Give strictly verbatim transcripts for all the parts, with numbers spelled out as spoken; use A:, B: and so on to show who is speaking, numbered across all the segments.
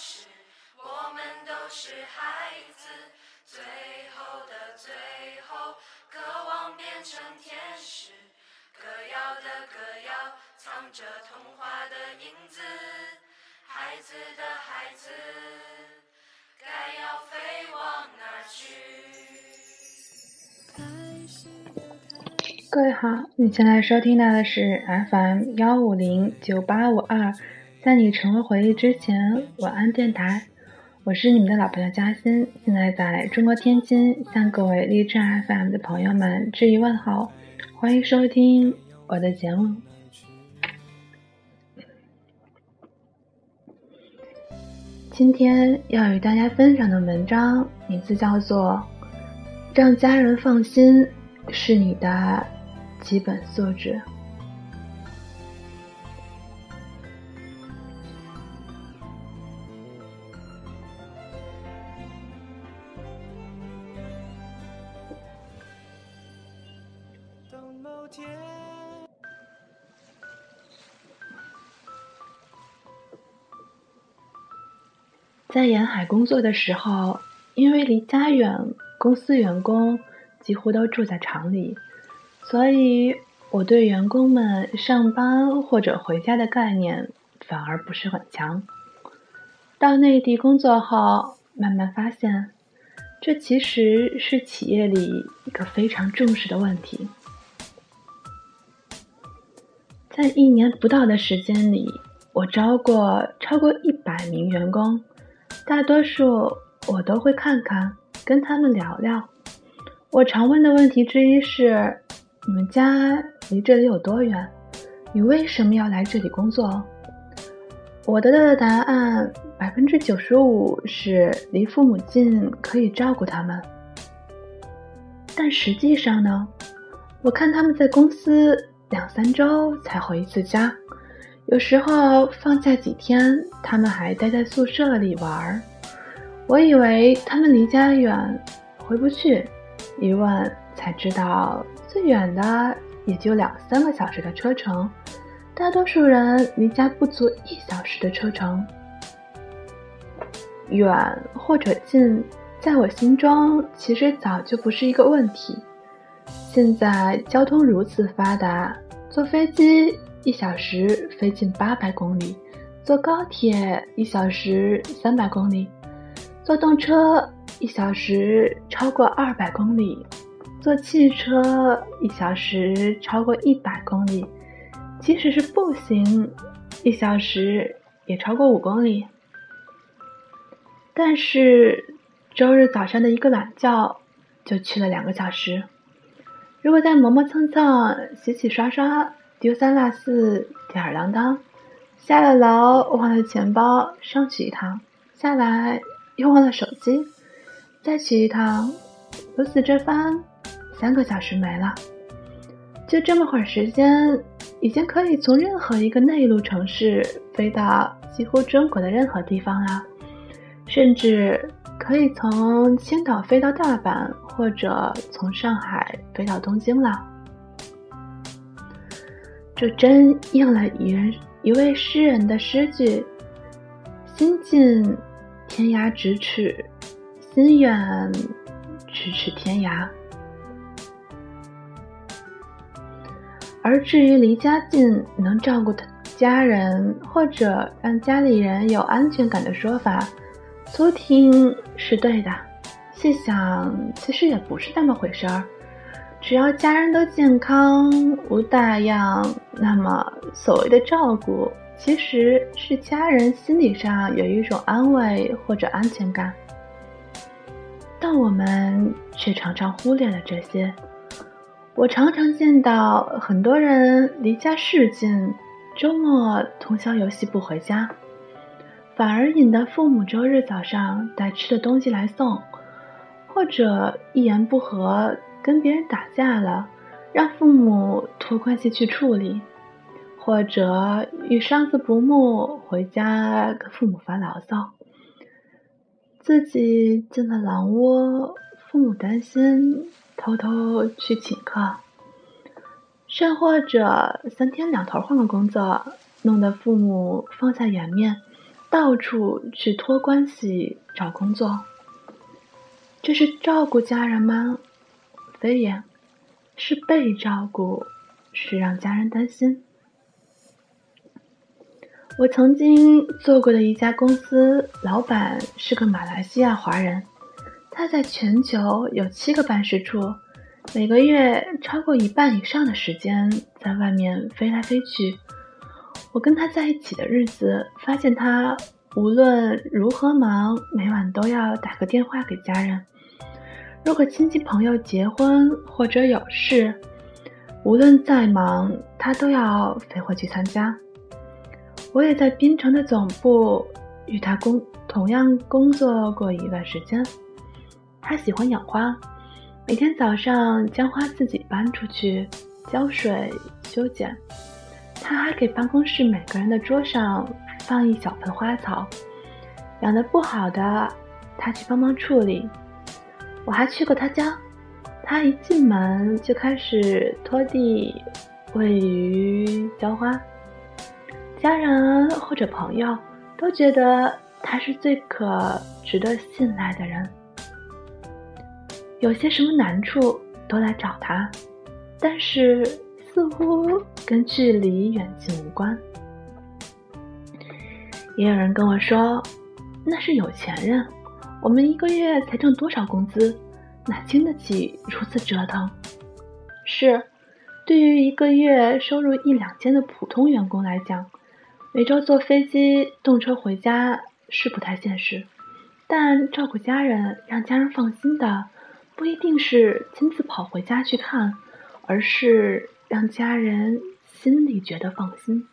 A: 始，我们都是孩子，最后的最后，渴望变成天使，歌谣的歌谣，藏着童话的影子，孩子的孩子，该要飞往哪去？
B: 各位好，你现在收听到的是 F M 一五零九八五二，在你成为回忆之前，晚安电台，我是你们的老朋友嘉欣，现在在中国天津，向各位励志 F M 的朋友们致以问候，欢迎收听我的节目。今天要与大家分享的文章名字叫做《让家人放心是你的基本素质》。在沿海工作的时候，因为离家远，公司员工几乎都住在厂里，所以我对员工们上班或者回家的概念反而不是很强。到内地工作后，慢慢发现，这其实是企业里一个非常重视的问题。在一年不到的时间里，我招过超过一百名员工，大多数我都会看看，跟他们聊聊。我常问的问题之一是，你们家离这里有多远？你为什么要来这里工作？我得到的答案 百分之九十五 是离父母近，可以照顾他们。但实际上呢，我看他们在公司两三周才回一次家，有时候放假几天，他们还待在宿舍里玩。我以为他们离家远，回不去，一问才知道，最远的也就两三个小时的车程，大多数人离家不足一小时的车程。远或者近，在我心中其实早就不是一个问题。现在交通如此发达，坐飞机一小时飞近八百公里，坐高铁一小时三百公里，坐动车一小时超过二百公里，坐汽车一小时超过一百公里，即使是步行一小时也超过五公里。但是周日早上的一个懒觉就去了两个小时，如果再磨磨蹭蹭洗洗刷刷，丢三落四，吊儿郎当，下了楼忘了钱包，上去一趟，下来又忘了手机，再去一趟，如此这番三个小时没了。就这么会儿时间，已经可以从任何一个内陆城市飞到几乎中国的任何地方了，甚至可以从青岛飞到大阪，或者从上海飞到东京了。这真应了一人一位诗人的诗句：心近天涯咫尺，心远咫尺天涯。而至于离家近能照顾家人，或者让家里人有安全感的说法，粗听是对的，细想其实也不是那么回事儿。只要家人都健康无大恙，那么所谓的照顾其实是家人心理上有一种安慰或者安全感。但我们却常常忽略了这些。我常常见到很多人离家事近，周末通宵游戏不回家，反而引得父母周日早上带吃的东西来送，或者一言不合跟别人打架了，让父母托关系去处理，或者与上司不睦，回家跟父母发牢骚，自己进了狼窝，父母担心，偷偷去请客，甚或者三天两头换个工作，弄得父母放下颜面， 到处去托关系找工作。这是照顾家人吗？非也，是被照顾，是让家人担心。我曾经做过的一家公司，老板是个马来西亚华人，他在全球有七个办事处，每个月超过一半以上的时间在外面飞来飞去。我跟他在一起的日子，发现他无论如何忙，每晚都要打个电话给家人。如果亲戚朋友结婚或者有事，无论再忙，他都要飞回去参加。我也在槟城的总部与他工同样工作过一段时间。他喜欢养花，每天早上将花自己搬出去浇水修剪。他还给办公室每个人的桌上放一小盆花草，养得不好的他去帮忙处理。我还去过他家，他一进门就开始拖地、喂鱼、浇花。家人或者朋友都觉得他是最可值得信赖的人，有些什么难处都来找他，但是似乎跟距离远近无关。也有人跟我说，那是有钱人，我们一个月才挣多少工资，哪经得起如此折腾？是，对于一个月收入一两千的普通员工来讲，每周坐飞机动车回家是不太现实，但照顾家人，让家人放心的，不一定是亲自跑回家去看，而是让家人心里觉得放心。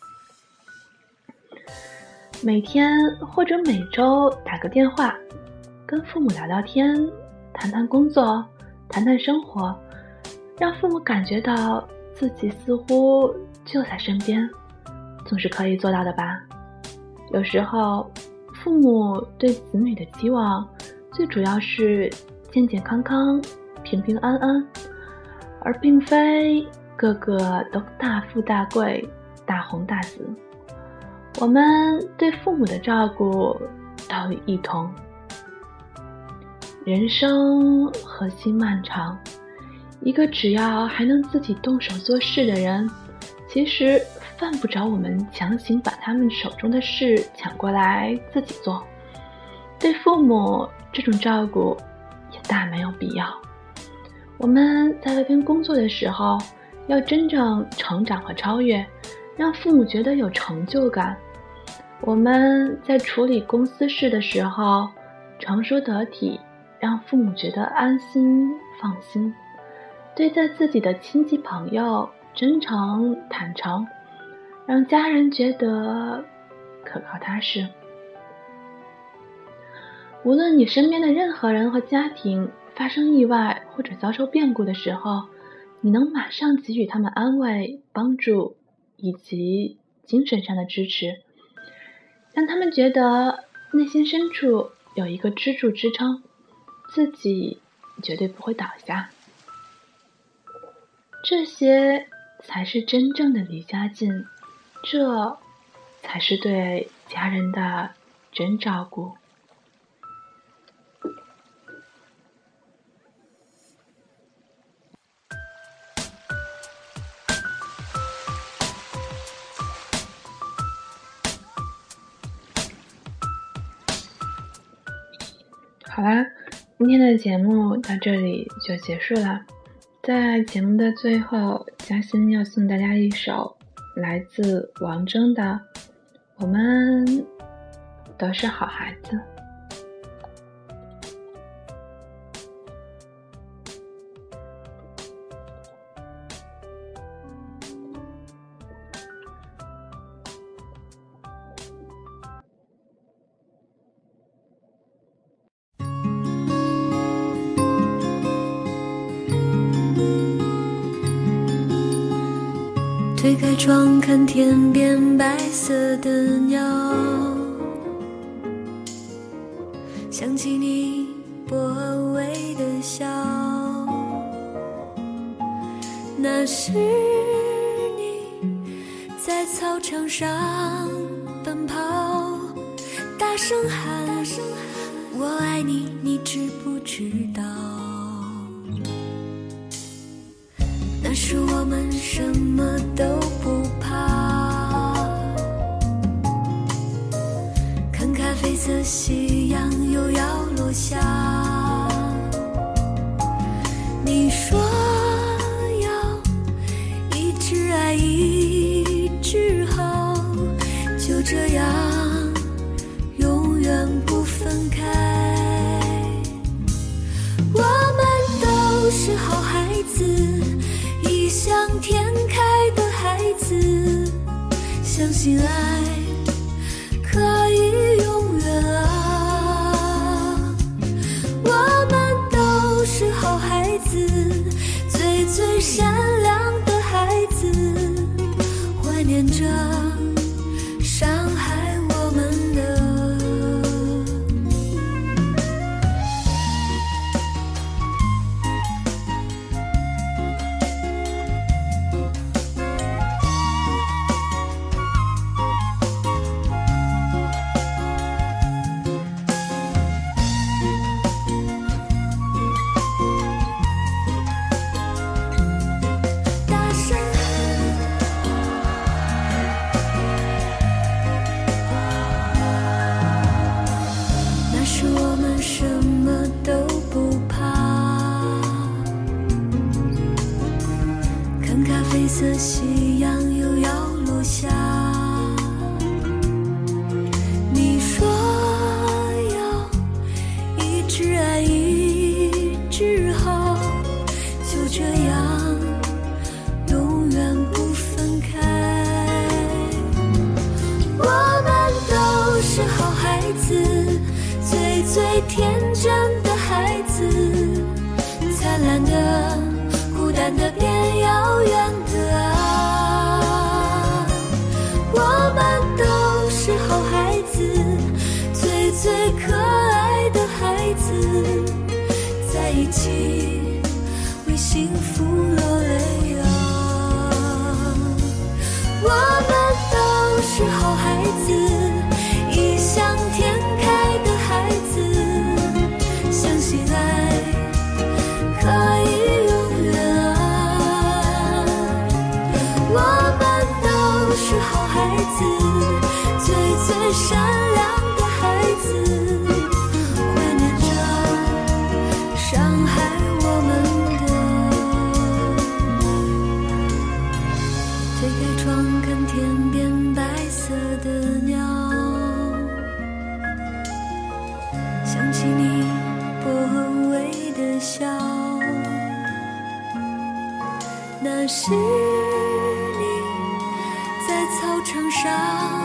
B: 每天或者每周打个电话，跟父母聊聊天，谈谈工作，谈谈生活，让父母感觉到自己似乎就在身边，总是可以做到的吧。有时候父母对子女的期望最主要是健健康康、平平安安，而并非个个都大富大贵、大红大紫。我们对父母的照顾道理异同。人生何其漫长，一个只要还能自己动手做事的人，其实犯不着我们强行把他们手中的事抢过来自己做。对父母这种照顾也大没有必要。我们在外边工作的时候，要真正成长和超越，让父母觉得有成就感。我们在处理公司事的时候，成熟得体，让父母觉得安心放心。对待自己的亲戚朋友，真诚坦诚，让家人觉得可靠踏实。无论你身边的任何人和家庭发生意外或者遭受变故的时候，你能马上给予他们安慰、帮助以及精神上的支持，让他们觉得内心深处有一个支柱支撑，自己绝对不会倒下。这些才是真正的离家近，这才是对家人的真照顾。好啦，今天的节目到这里就结束了。在节目的最后，嘉欣要送大家一首来自王铮的《我们都是好孩子》。
A: 推开窗看天边白色的鸟，想起你薄微的笑，那是你在操场上奔跑， 声喊，我爱你，你知不知道？那时我们什么都不怕，看咖啡色夕阳又要落下。你说要一直爱一直好，就这样永远不分开。我们都是好孩子，异想天开的孩子，相信爱可以永远啊。我们都是好孩子，最最善良的孩子，怀念着伤害我们的。黑色夕阳又要落下，你说要一直爱一直好，就这样永远不分开。我们都是好孩子，最最天真的孩子，灿烂的孤单的变遥远的啊。我们都是好孩子，最最可爱的孩子，在一起为幸福落泪啊。我们都是好孩子，异想天开的孩子，相信爱可以永远啊。我们都是好孩子，最最善良的孩子，怀念着伤害我们的。推开窗看天边白色的鸟，想起你薄微的笑，那是你在操场上